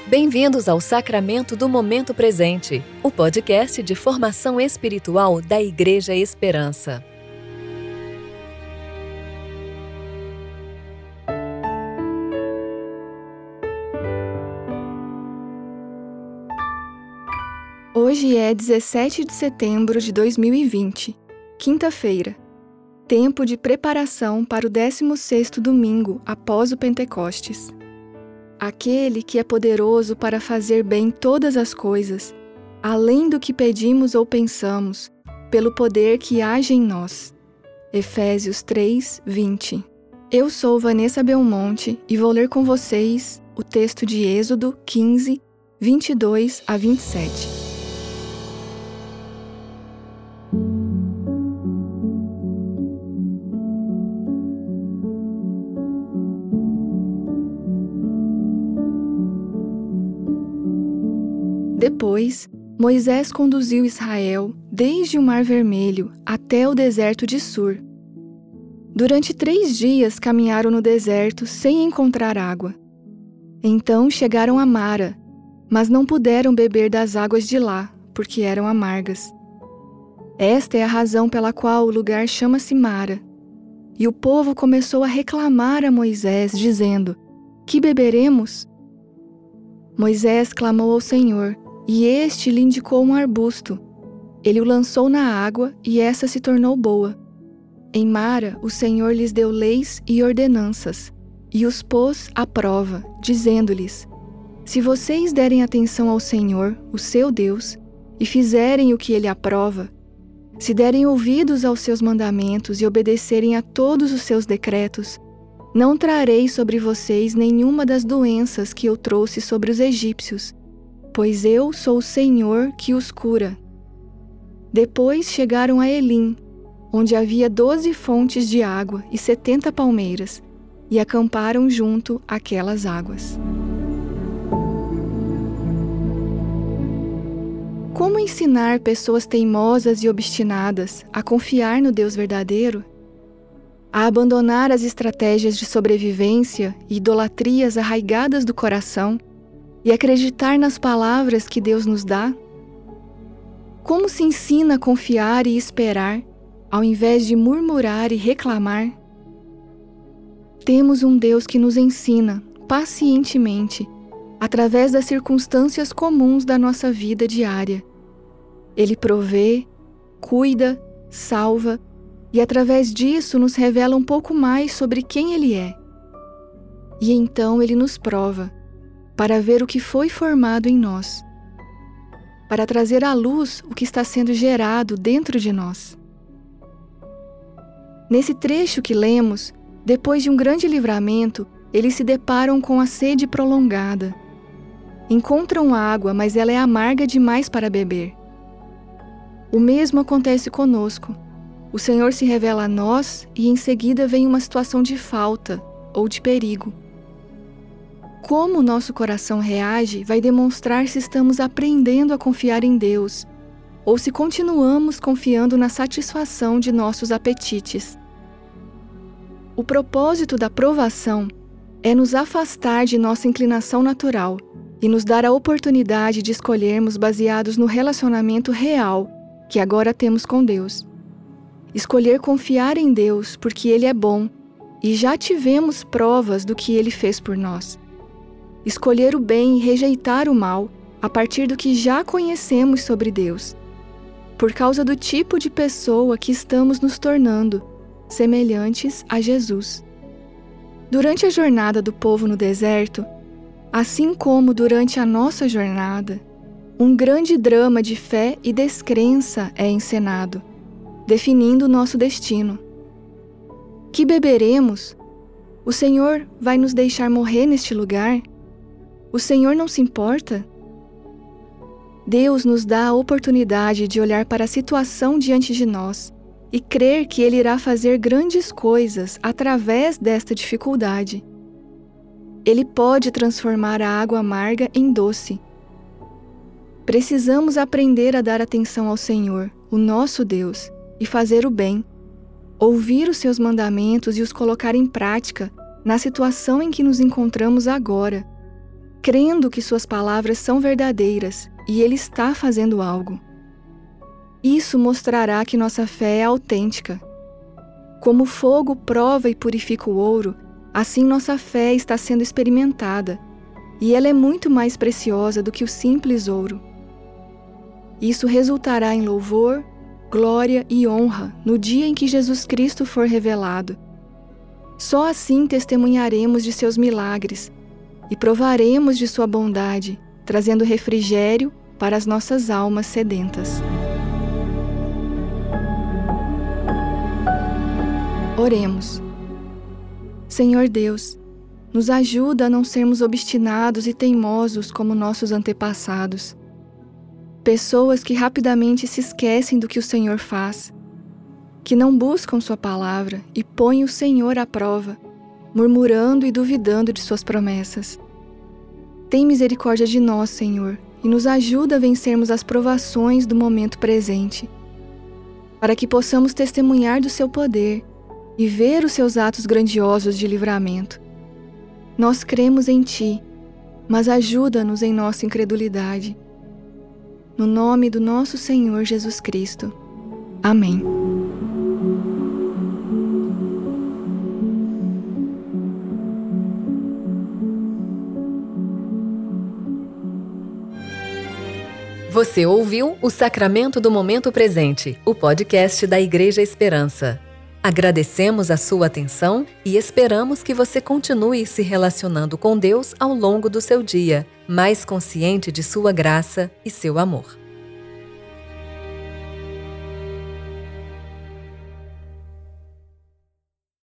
Bem-vindos ao Sacramento do Momento Presente, o podcast de formação espiritual da Igreja Esperança. Hoje é 17 de setembro de 2020, quinta-feira, tempo de preparação para o 16º domingo após o Pentecostes. Aquele que é poderoso para fazer bem todas as coisas, além do que pedimos ou pensamos, pelo poder que age em nós. Efésios 3, 20. Eu sou Vanessa Belmonte e vou ler com vocês o texto de Êxodo 15, 22 a 27. Depois, Moisés conduziu Israel desde o Mar Vermelho até o deserto de Sur. Durante 3 dias caminharam no deserto sem encontrar água. Então chegaram a Mara, mas não puderam beber das águas de lá, porque eram amargas. Esta é a razão pela qual o lugar chama-se Mara. E o povo começou a reclamar a Moisés, dizendo: "Que beberemos?" Moisés clamou ao Senhor, e este lhe indicou um arbusto. Ele o lançou na água, e essa se tornou boa. Em Mara, o Senhor lhes deu leis e ordenanças, e os pôs à prova, dizendo-lhes: "Se vocês derem atenção ao Senhor, o seu Deus, e fizerem o que ele aprova, se derem ouvidos aos seus mandamentos e obedecerem a todos os seus decretos, não trarei sobre vocês nenhuma das doenças que eu trouxe sobre os egípcios, pois eu sou o Senhor que os cura." Depois chegaram a Elim, onde havia 12 fontes de água e 70 palmeiras, e acamparam junto àquelas águas. Como ensinar pessoas teimosas e obstinadas a confiar no Deus verdadeiro? A abandonar as estratégias de sobrevivência e idolatrias arraigadas do coração e acreditar nas palavras que Deus nos dá? Como se ensina a confiar e esperar, ao invés de murmurar e reclamar? Temos um Deus que nos ensina, pacientemente, através das circunstâncias comuns da nossa vida diária. Ele provê, cuida, salva, e através disso nos revela um pouco mais sobre quem Ele é. E então Ele nos prova, para ver o que foi formado em nós, para trazer à luz o que está sendo gerado dentro de nós. Nesse trecho que lemos, depois de um grande livramento, eles se deparam com a sede prolongada. Encontram água, mas ela é amarga demais para beber. O mesmo acontece conosco. O Senhor se revela a nós e em seguida vem uma situação de falta ou de perigo. Como o nosso coração reage vai demonstrar se estamos aprendendo a confiar em Deus ou se continuamos confiando na satisfação de nossos apetites. O propósito da provação é nos afastar de nossa inclinação natural e nos dar a oportunidade de escolhermos baseados no relacionamento real que agora temos com Deus. Escolher confiar em Deus porque Ele é bom e já tivemos provas do que Ele fez por nós. Escolher o bem e rejeitar o mal a partir do que já conhecemos sobre Deus, por causa do tipo de pessoa que estamos nos tornando, semelhantes a Jesus. Durante a jornada do povo no deserto, assim como durante a nossa jornada, um grande drama de fé e descrença é encenado, definindo o nosso destino. Que beberemos? O Senhor vai nos deixar morrer neste lugar? O Senhor não se importa? Deus nos dá a oportunidade de olhar para a situação diante de nós e crer que Ele irá fazer grandes coisas através desta dificuldade. Ele pode transformar a água amarga em doce. Precisamos aprender a dar atenção ao Senhor, o nosso Deus, e fazer o bem, ouvir os seus mandamentos e os colocar em prática na situação em que nos encontramos agora, crendo que suas palavras são verdadeiras e Ele está fazendo algo. Isso mostrará que nossa fé é autêntica. Como o fogo prova e purifica o ouro, assim nossa fé está sendo experimentada, e ela é muito mais preciosa do que o simples ouro. Isso resultará em louvor, glória e honra no dia em que Jesus Cristo for revelado. Só assim testemunharemos de seus milagres e provaremos de sua bondade, trazendo refrigério para as nossas almas sedentas. Oremos. Senhor Deus, nos ajuda a não sermos obstinados e teimosos como nossos antepassados. Pessoas que rapidamente se esquecem do que o Senhor faz, que não buscam sua palavra e põem o Senhor à prova, murmurando e duvidando de suas promessas. Tem misericórdia de nós, Senhor, e nos ajuda a vencermos as provações do momento presente, para que possamos testemunhar do seu poder e ver os seus atos grandiosos de livramento. Nós cremos em Ti, mas ajuda-nos em nossa incredulidade. No nome do nosso Senhor Jesus Cristo. Amém. Você ouviu o Sacramento do Momento Presente, o podcast da Igreja Esperança. Agradecemos a sua atenção e esperamos que você continue se relacionando com Deus ao longo do seu dia, mais consciente de sua graça e seu amor.